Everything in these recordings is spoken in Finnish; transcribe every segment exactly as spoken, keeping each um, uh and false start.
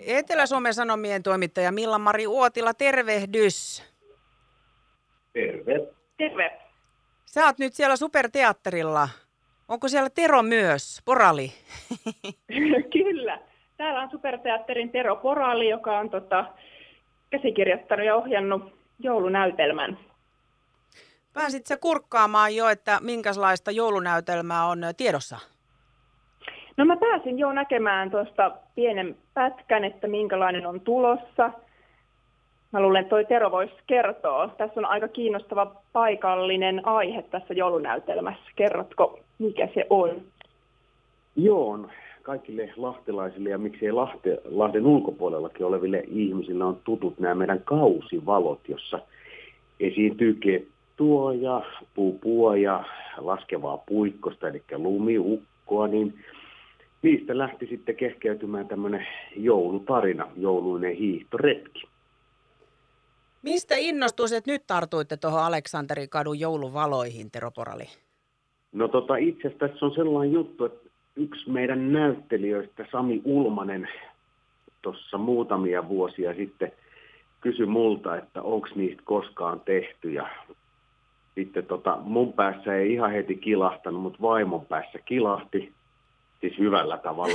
Etelä-Suomen Sanomien toimittaja Milla-Mari Uotila, tervehdys. Terve. Terve. Sä oot nyt siellä Superteatterilla. Onko siellä Tero myös, Porali? Kyllä. Täällä on Superteatterin Tero Porali, joka on tota, käsikirjoittanut ja ohjannut joulunäytelmän. Pääsit sä kurkkaamaan jo, että minkälaista joulunäytelmää on tiedossa? No mä pääsin jo näkemään tuosta pienen pätkän, että minkälainen on tulossa. Mä luulen, että toi Tero voisi kertoa. Tässä on aika kiinnostava paikallinen aihe tässä joulunäytelmässä. Kerrotko, mikä se on? Joo, on kaikille lahtelaisille ja miksei Lahte, Lahden ulkopuolellakin oleville ihmisille on tutut nämä meidän kausivalot, jossa esiintyy kettua ja pupua ja laskevaa puikkosta, eli lumiukkoa, niin niistä lähti sitten kehkeytymään tämmöinen joulutarina, jouluinen hiihtoretki. Mistä innostus, että nyt tartuitte tuohon Aleksanterin kadun jouluvaloihin, Tero Porali? No tota, itse asiassa tässä on sellainen juttu, että yksi meidän näyttelijöistä, Sami Ulmanen, tuossa muutamia vuosia sitten kysyi multa, että onko niistä koskaan tehty. Ja sitten tota, mun päässä ei ihan heti kilahtanut, mutta vaimon päässä kilahti, siis hyvällä tavalla.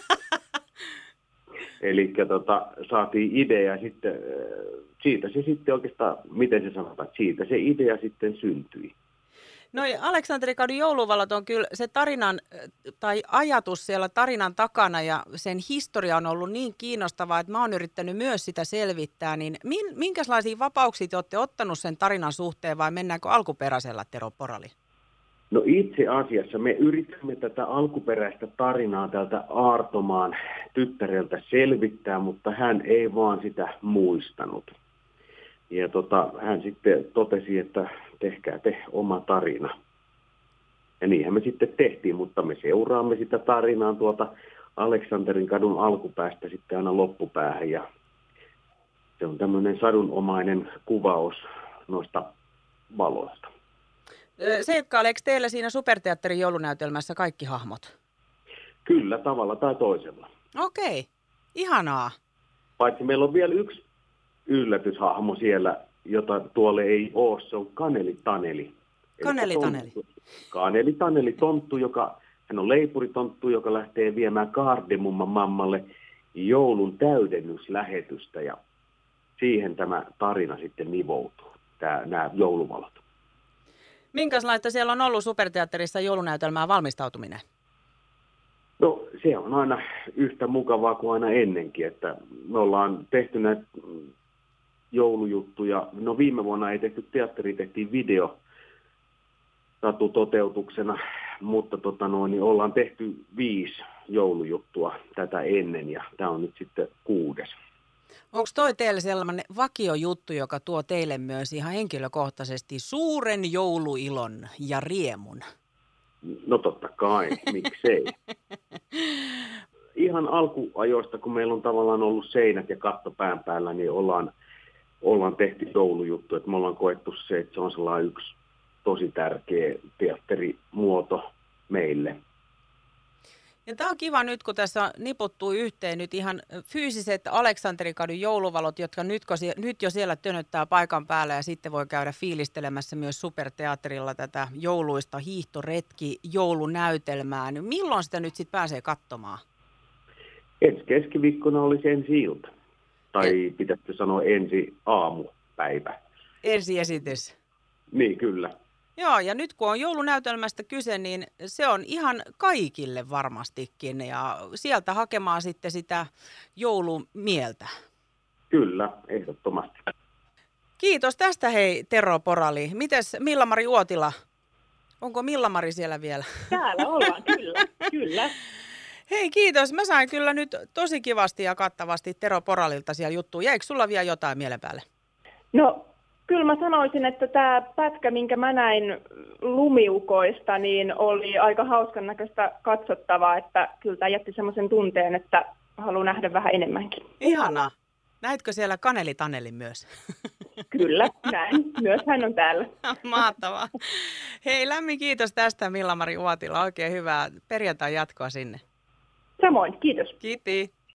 Eli tota, saatiin idea sitten, siitä se sitten oikeastaan, miten se sanotaan, siitä se idea sitten syntyi. No Aleksanterin kadun jouluvalot on kyllä se tarinan tai ajatus siellä tarinan takana ja sen historia on ollut niin kiinnostavaa, että mä oon yrittänyt myös sitä selvittää. Niin minkälaisia vapauksia te olette ottanut sen tarinan suhteen vai mennäänkö alkuperäisellä, Tero Porali? No itse asiassa me yritämme tätä alkuperäistä tarinaa tältä Aartomaan tyttäreltä selvittää, mutta hän ei vaan sitä muistanut. Ja tota, hän sitten totesi, että tehkää te oma tarina. Ja niinhän me sitten tehtiin, mutta me seuraamme sitä tarinaa tuolta Aleksanterin kadun alkupäästä sitten aina loppupäähän. Ja se on tämmöinen sadunomainen kuvaus noista valoista. Seikkaileeko teillä siinä Superteatterin joulunäytelmässä kaikki hahmot? Kyllä, tavalla tai toisella. Okei, ihanaa. Paitsi meillä on vielä yksi yllätyshahmo siellä, jota tuolle ei ole, se on Kaneli Taneli. Kaneli Taneli. Kaneli Taneli tonttu, joka, hän on leipuritonttu, joka lähtee viemään Kaardemumman mammalle joulun täydennyslähetystä ja siihen tämä tarina sitten nivoutuu, tämä, nämä jouluvalot. Minkälaista siellä on ollut Superteatterissa joulunäytelmään valmistautuminen? No se on aina yhtä mukavaa kuin aina ennenkin, että me ollaan tehty näitä joulujuttuja. No viime vuonna ei tehty teatteri, tehtiin video satu toteutuksena, mutta tota noin, niin ollaan tehty viisi joulujuttua tätä ennen ja tämä on nyt sitten kuudes. Onko toi teille sellainen vakiojuttu, joka tuo teille myös ihan henkilökohtaisesti suuren jouluilon ja riemun? No totta kai, miksei. Ihan alkuajoista, kun meillä on tavallaan ollut seinät ja katto pään päällä, niin ollaan, ollaan tehty joulujuttu. Että me ollaan koettu se, että se on sellainen yksi tosi tärkeä teatterimuoto meille. Ja tämä on kiva nyt, kun tässä niputtuu yhteen nyt ihan fyysiset Aleksanterin kadun jouluvalot, jotka nyt, nyt jo siellä tönöttää paikan päällä ja sitten voi käydä fiilistelemässä myös Superteatterilla tätä jouluista hiihtoretki joulunäytelmää. Milloin sitä nyt sitten pääsee katsomaan? Ensi keskiviikkona olisi ensi ilta. Tai Et... pitäisikö sanoa ensi aamupäivä. Ensi esitys. Niin, kyllä. Joo, ja nyt kun on joulunäytelmästä kyse, niin se on ihan kaikille varmastikin, ja sieltä hakemaan sitten sitä joulumieltä. Kyllä, ehdottomasti. Kiitos tästä hei Tero Porali. Mites Milla-Mari Uotila? Onko Milla-Mari siellä vielä? Täällä ollaan, kyllä, kyllä. Hei kiitos, mä sain kyllä nyt tosi kivasti ja kattavasti Tero Poralilta siellä juttuja. Jäikö sulla vielä jotain mielen päälle? No... Kyllä mä sanoisin, että tämä pätkä, minkä mä näin lumiukoista, niin oli aika hauskan näköistä katsottavaa, että kyllä tämä jätti semmoisen tunteen, että haluan nähdä vähän enemmänkin. Ihanaa. Näitkö siellä Kaneli Tanelin myös? Kyllä, näin. Myös hän on täällä. Mahtavaa. Hei, lämmin kiitos tästä Milla-Mari Uotila. Oikein hyvää perjantai jatkoa sinne. Samoin, kiitos. Kiitos.